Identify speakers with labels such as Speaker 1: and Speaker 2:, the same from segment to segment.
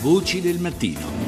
Speaker 1: Voci del mattino.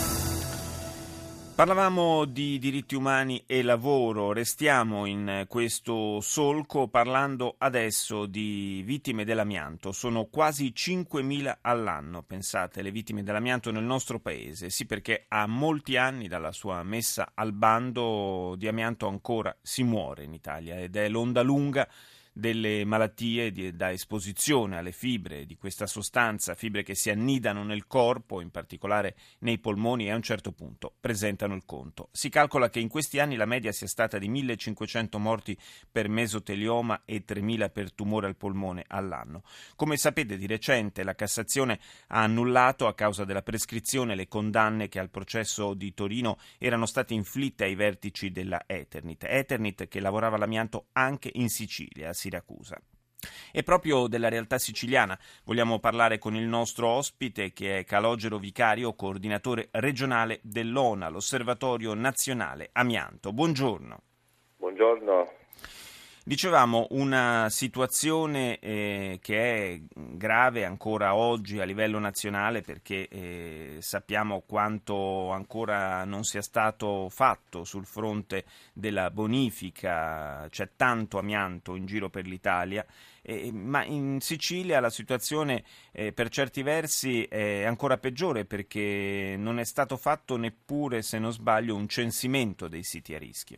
Speaker 2: Parlavamo di diritti umani e lavoro, restiamo in questo solco parlando adesso di vittime dell'amianto. Sono quasi 5.000 all'anno, pensate, le vittime dell'amianto nel nostro paese. Sì, perché a molti anni dalla sua messa al bando di amianto ancora si muore in Italia ed è l'onda lunga delle malattie da esposizione alle fibre di questa sostanza, fibre che si annidano nel corpo, in particolare nei polmoni, e a un certo punto presentano il conto. Si calcola che in questi anni la media sia stata di 1.500 morti per mesotelioma e 3.000 per tumore al polmone all'anno. Come sapete, di recente la Cassazione ha annullato a causa della prescrizione le condanne che al processo di Torino erano state inflitte ai vertici della Eternit che lavorava l'amianto anche in Sicilia, a Siracusa. E proprio della realtà siciliana vogliamo parlare con il nostro ospite, che è Calogero Vicario, coordinatore regionale dell'ONA, l'Osservatorio Nazionale Amianto. Buongiorno.
Speaker 3: Buongiorno.
Speaker 2: Dicevamo, una situazione che è grave ancora oggi a livello nazionale, perché sappiamo quanto ancora non sia stato fatto sul fronte della bonifica. C'è tanto amianto in giro per l'Italia, ma in Sicilia la situazione per certi versi è ancora peggiore, perché non è stato fatto neppure, se non sbaglio, un censimento dei siti a rischio.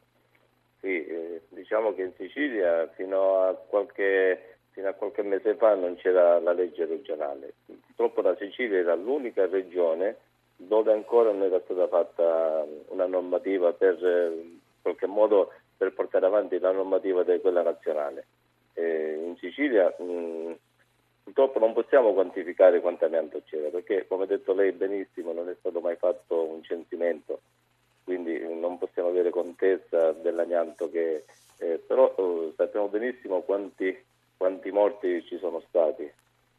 Speaker 3: Sì, diciamo che in Sicilia fino a qualche mese fa non c'era la legge regionale. Purtroppo la Sicilia era l'unica regione dove ancora non era stata fatta una normativa per in qualche modo per portare avanti la normativa di quella nazionale. In Sicilia purtroppo non possiamo quantificare quanto amianto c'era, perché come ha detto lei benissimo non è stato mai fatto un censimento, quindi non possiamo avere contezza dell'amianto che però sappiamo benissimo quanti morti ci sono stati,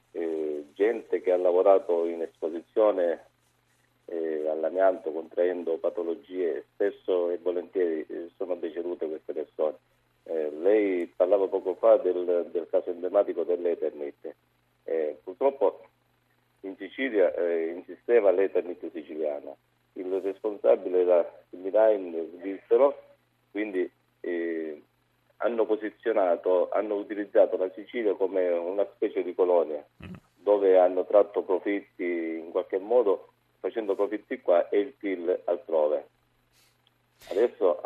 Speaker 3: gente che ha lavorato in esposizione all'amianto contraendo patologie, spesso e volentieri sono decedute queste persone. Lei parlava poco fa del caso emblematico dell'Eternit. Purtroppo in Sicilia insisteva l'Eternit siciliana. Il responsabile era il Mirain svizzero, quindi hanno utilizzato la Sicilia come una specie di colonia, dove hanno tratto profitti in qualche modo, facendo profitti qua e il PIL altrove. Adesso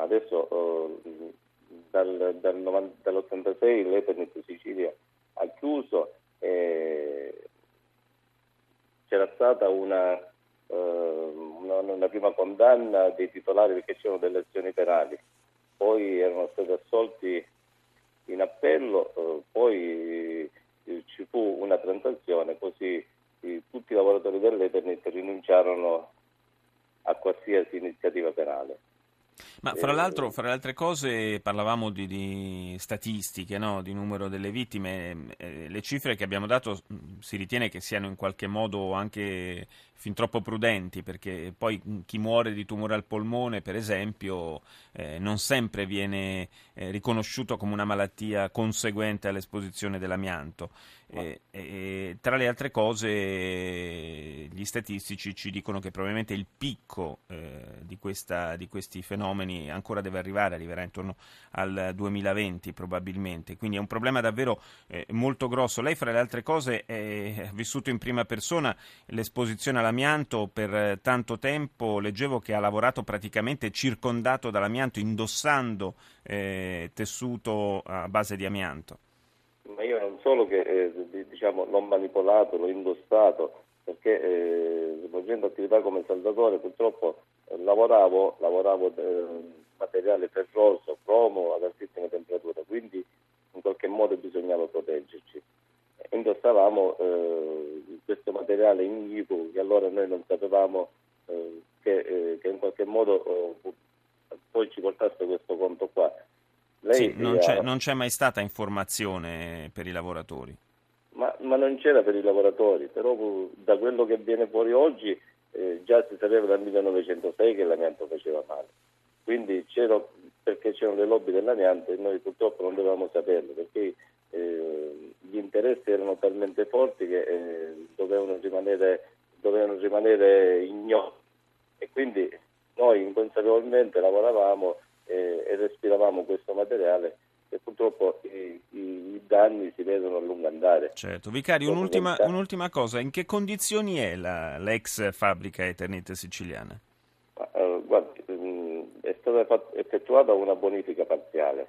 Speaker 3: dall'86 l'Eternit Sicilia ha chiuso, c'era stata una prima condanna dei titolari perché c'erano delle azioni penali, poi erano stati assolti in appello, poi ci fu una transazione, così tutti i lavoratori dell'Eternit rinunciarono a qualsiasi iniziativa penale.
Speaker 2: Ma fra l'altro, fra le altre cose, parlavamo di statistiche, no? Di numero delle vittime. Le cifre che abbiamo dato si ritiene che siano in qualche modo anche fin troppo prudenti, perché poi chi muore di tumore al polmone, per esempio, non sempre viene riconosciuto come una malattia conseguente all'esposizione dell'amianto. Tra le altre cose, gli statistici ci dicono che probabilmente il picco di questi fenomeni ancora deve arriverà intorno al 2020 probabilmente, quindi è un problema davvero molto grosso. Lei, fra le altre cose, ha vissuto in prima persona l'esposizione all'amianto per tanto tempo. Leggevo che ha lavorato praticamente circondato dall'amianto, indossando tessuto a base di amianto.
Speaker 3: Ma io non solo che l'ho manipolato, l'ho indossato, perché svolgendo attività come saldatore purtroppo lavoravo materiale ferroso, cromo ad altissime temperature, quindi in qualche modo bisognava proteggerci. Indossavamo questo materiale ignivo che allora noi non sapevamo che in qualche modo poi ci portasse questo conto qua.
Speaker 2: Sì, non c'è mai stata informazione per i lavoratori.
Speaker 3: Ma non c'era per i lavoratori, però da quello che viene fuori oggi già si sapeva dal 1906 che l'amianto faceva male. Quindi perché c'erano le lobby dell'amianto e noi purtroppo non dovevamo saperlo, perché gli interessi erano talmente forti che dovevano rimanere dovevano rimanere ignoti e quindi noi inconsapevolmente lavoravamo e respiravamo questo materiale e purtroppo i danni si vedono a lungo andare.
Speaker 2: Certo. Vicario, un'ultima cosa, in che condizioni è l'ex fabbrica Eternit siciliana?
Speaker 3: Guardi, è stata effettuata una bonifica parziale.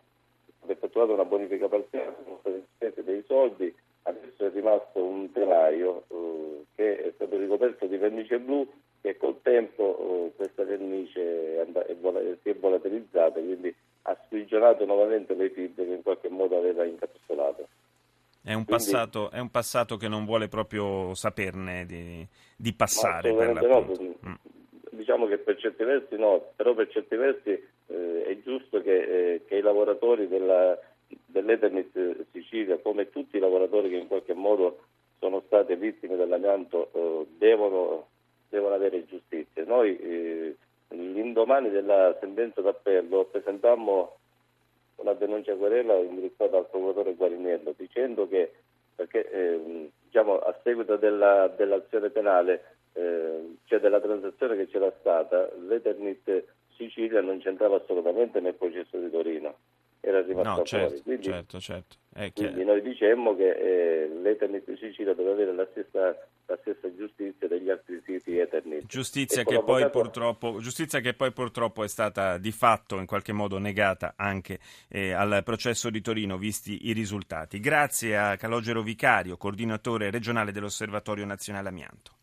Speaker 3: Sono stati spesi dei soldi, adesso è rimasto un telaio che è stato ricoperto di vernice blu e col tempo questa vernice si è volatilizzata, quindi ha sprigionato nuovamente le fibre che in qualche modo aveva incapsulato.
Speaker 2: È un passato che non vuole proprio saperne di passare per l'appunto.
Speaker 3: No. Diciamo che per certi versi no, però per certi versi è giusto che i lavoratori dell'Eternit Sicilia, come tutti i lavoratori che in qualche modo sono stati vittime dell'amianto, devono avere giustizia. Noi l'indomani della sentenza d'appello presentammo una denuncia querela indirizzata al procuratore Guariniello dicendo che a seguito dell'azione penale, cioè della transazione che c'era stata, l'Eternit Sicilia non c'entrava assolutamente nel processo di Torino, era rimasta fuori. Quindi noi dicemmo che l'Eternit Sicilia deve avere la stessa giustizia degli altri siti Eternit.
Speaker 2: Giustizia che poi purtroppo è stata di fatto in qualche modo negata anche al processo di Torino, visti i risultati. Grazie a Calogero Vicario, coordinatore regionale dell'Osservatorio Nazionale Amianto.